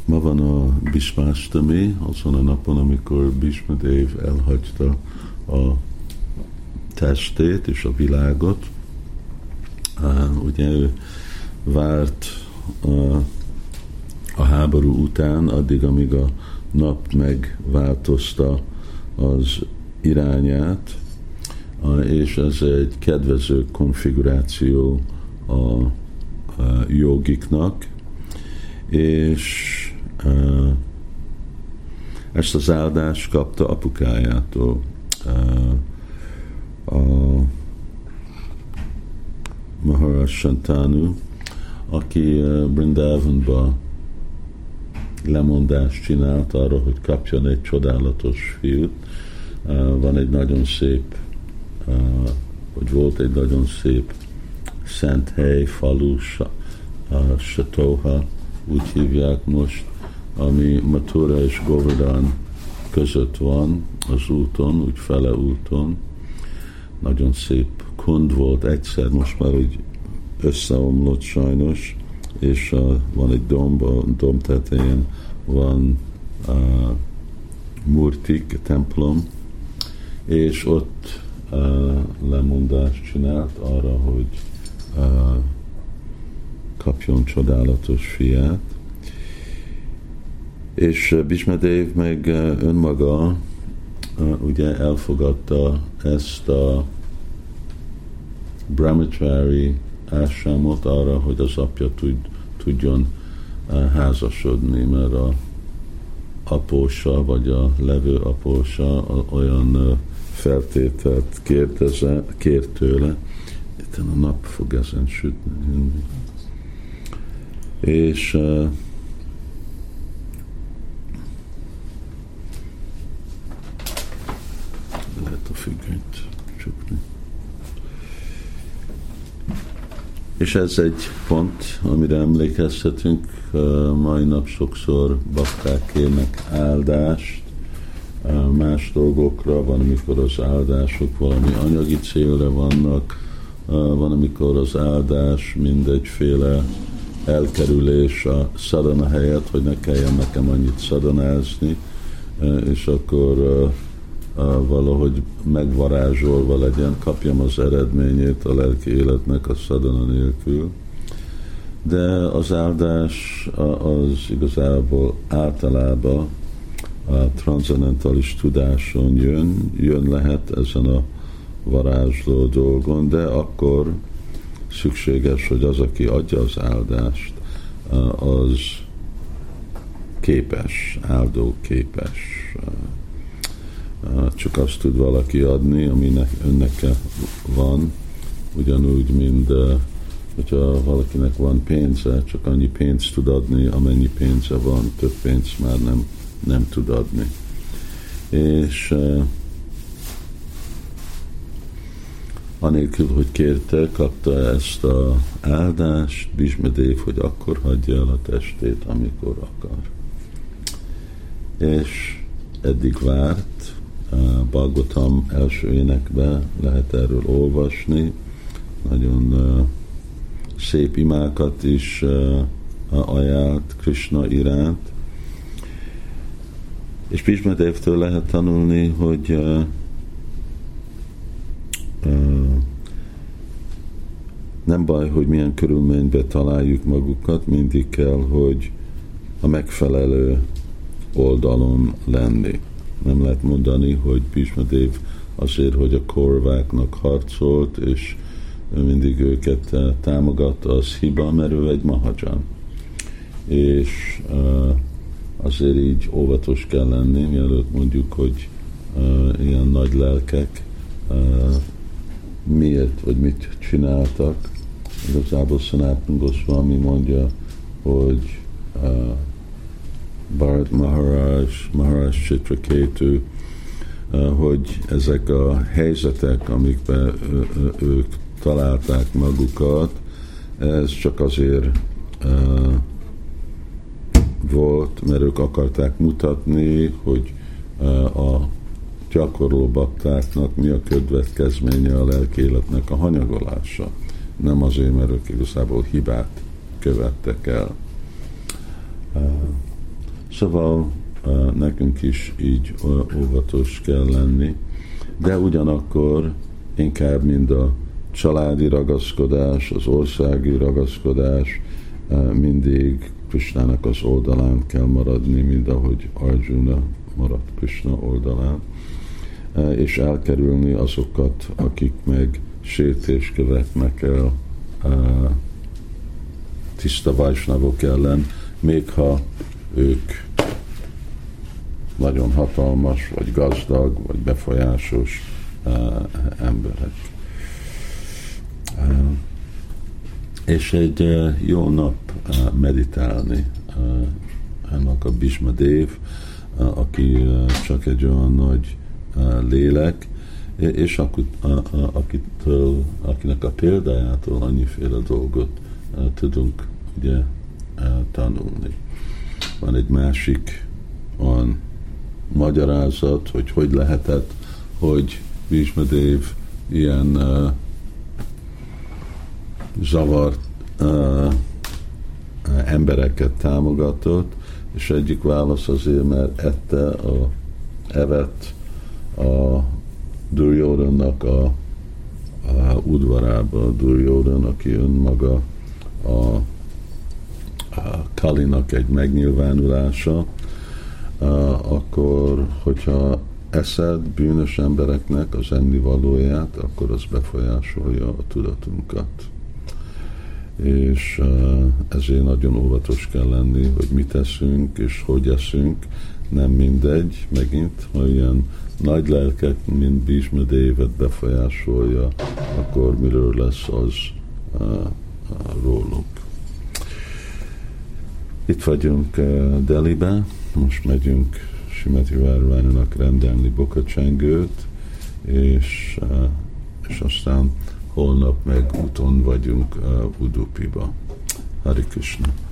Ma van a Bhishmástami, azon a napon, amikor Bhishma Dev elhagyta a testét és a világot. Ugye ő várt a háború után, addig, amíg a nap megváltozta az irányát, és ez egy kedvező konfiguráció a jogiknak, és ezt az áldást kapta apukájától. A Maharaj Shantanu, aki Brindavanba lemondást csinált arra, hogy kapjon egy csodálatos fiút. Van egy nagyon szép, vagy volt egy nagyon szép szent hely, falu, Satoha, úgy hívják most, ami Mathura és Govardhan között van az úton, úgy fele úton. Nagyon szép kund volt egyszer, most már úgy összeomlott sajnos, és van egy domb, a domb tetején van murtik, templom, és ott lemondást csinált arra, hogy kapjon csodálatos fiát. És Bhishma Dev meg önmaga ugye elfogadta ezt a brahmachari ashramot arra, hogy az apja tudjon házasodni, mert a apósa, vagy a levő apósa olyan feltételt kért tőle. Itt a nap fog ezen sütni. És lehet a függönyt csukni. És ez egy pont, amire emlékezhetünk, mai nap sokszor bakták kérnek áldást más dolgokra, van, amikor az áldások valami anyagi célra vannak, van, amikor az áldás mindegyféle elkerülés a szadana helyett, hogy ne kelljen nekem annyit szadanázni, és akkor valahogy megvarázsolva legyen, kapjam az eredményét a lelki életnek a szadana nélkül. De az áldás az igazából általában a transzendentális tudáson jön lehet ezen a varázsló dolgon, de akkor szükséges, hogy az, aki adja az áldást, az képes, áldó képes. Csak azt tud valaki adni, aminek önnek van, ugyanúgy, mint hogyha valakinek van pénze, csak annyi pénzt tud adni, amennyi pénze van, több pénzt már nem tud adni. És anélkül, hogy kérte, kapta ezt az áldást, Bhishma Dev, hogy akkor hagyja el a testét, amikor akar. És eddig várt, Bhagavatam első énekben lehet erről olvasni, nagyon szép imákat is ajánlt Krishna iránt, és Bhishma Devtől lehet tanulni, hogy nem baj, hogy milyen körülményben találjuk magukat, mindig kell, hogy a megfelelő oldalon lenni. Nem lehet mondani, hogy Bhishma Dev azért, hogy a korváknak harcolt, és mindig őket támogatta, az hiba, mert ő egy mahajan. És azért így óvatos kell lenni, mielőtt mondjuk, hogy ilyen nagy lelkek miért, vagy mit csináltak. Igazából Sanatana Goswami mondja, hogy Bharat Maharaj Chitraketu, hogy ezek a helyzetek, amikben ők találták magukat, ez csak azért volt, mert ők akarták mutatni, hogy a gyakorló baktáknak mi a következménye a lelki életnek a hanyagolása. Nem azért, mert ők igazából hibát követtek el. Szóval nekünk is így óvatos kell lenni, de ugyanakkor inkább mind a családi ragaszkodás, az országi ragaszkodás, mindig Krisnának az oldalán kell maradni, mint ahogy Arjuna maradt Krishna oldalán, és elkerülni azokat, akik meg sértést követnek el tiszta vajsnavok ellen, még ha ők nagyon hatalmas, vagy gazdag, vagy befolyásos emberek. És egy jó nap meditálni. Ennek a Bhishma Dev, aki csak egy olyan nagy lélek, és akinek a példájától annyiféle dolgot tudunk ugye tanulni. Van egy másik olyan magyarázat, hogy lehetett, hogy Bhishma Dev ilyen zavart embereket támogatott, és egyik válasz azért, mert evett a Duryodhannak a udvarába. Duryodhan, aki önmaga a Kalinak egy megnyilvánulása, akkor, hogyha eszed bűnös embereknek az ennivalóját, akkor az befolyásolja a tudatunkat. És ezért nagyon óvatos kell lenni, hogy mit eszünk, és hogy eszünk. Nem mindegy, megint, ha ilyen nagy lelkek, mint Bhishma Devet befolyásolja, akkor miről lesz az rólunk. Itt vagyunk Delhiben, most megyünk Srimati Radharaninak rendelni bokacsengőt, és aztán holnap meg úton vagyunk Udupiba. Hare Krishna.